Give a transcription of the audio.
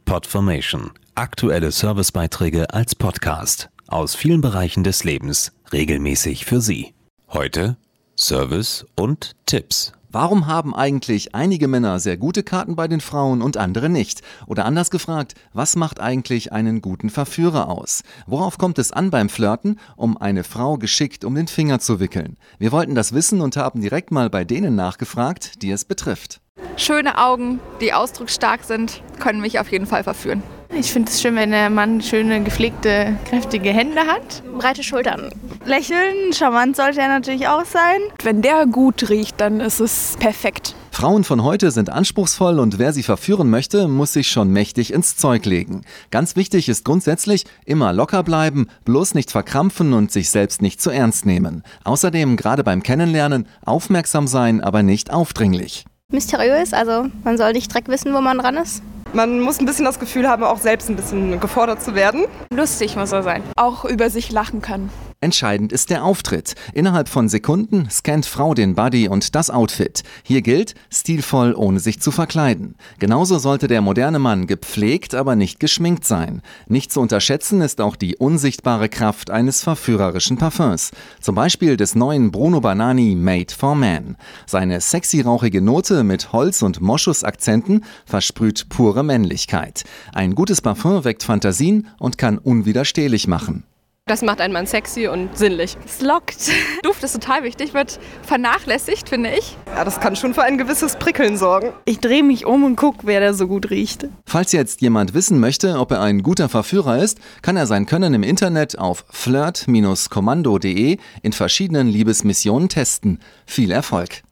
Podformation. Aktuelle Servicebeiträge als Podcast aus vielen Bereichen des Lebens, regelmäßig für Sie. Heute Service und Tipps. Warum haben eigentlich einige Männer sehr gute Karten bei den Frauen und andere nicht? Oder anders gefragt, was macht eigentlich einen guten Verführer aus? Worauf kommt es an beim Flirten, um eine Frau geschickt um den Finger zu wickeln? Wir wollten das wissen und haben direkt mal bei denen nachgefragt, die es betrifft. Schöne Augen, die ausdrucksstark sind, können mich auf jeden Fall verführen. Ich finde es schön, wenn der Mann schöne, gepflegte, kräftige Hände hat. Breite Schultern. Lächeln, charmant sollte er natürlich auch sein. Wenn der gut riecht, dann ist es perfekt. Frauen von heute sind anspruchsvoll und wer sie verführen möchte, muss sich schon mächtig ins Zeug legen. Ganz wichtig ist grundsätzlich, immer locker bleiben, bloß nicht verkrampfen und sich selbst nicht zu ernst nehmen. Außerdem, gerade beim Kennenlernen, aufmerksam sein, aber nicht aufdringlich. Mysteriös, also man soll nicht direkt wissen, wo man dran ist. Man muss ein bisschen das Gefühl haben, auch selbst ein bisschen gefordert zu werden. Lustig muss er sein. Auch über sich lachen können. Entscheidend ist der Auftritt. Innerhalb von Sekunden scannt Frau den Body und das Outfit. Hier gilt, stilvoll, ohne sich zu verkleiden. Genauso sollte der moderne Mann gepflegt, aber nicht geschminkt sein. Nicht zu unterschätzen ist auch die unsichtbare Kraft eines verführerischen Parfums. Zum Beispiel des neuen Bruno Banani Made for Man. Seine sexy rauchige Note mit Holz- und Moschusakzenten versprüht pure Männlichkeit. Ein gutes Parfum weckt Fantasien und kann unwiderstehlich machen. Das macht einen Mann sexy und sinnlich. Es lockt. Duft ist total wichtig, wird vernachlässigt, finde ich. Ja, das kann schon für ein gewisses Prickeln sorgen. Ich drehe mich um und gucke, wer da so gut riecht. Falls jetzt jemand wissen möchte, ob er ein guter Verführer ist, kann er sein Können im Internet auf flirt-kommando.de in verschiedenen Liebesmissionen testen. Viel Erfolg!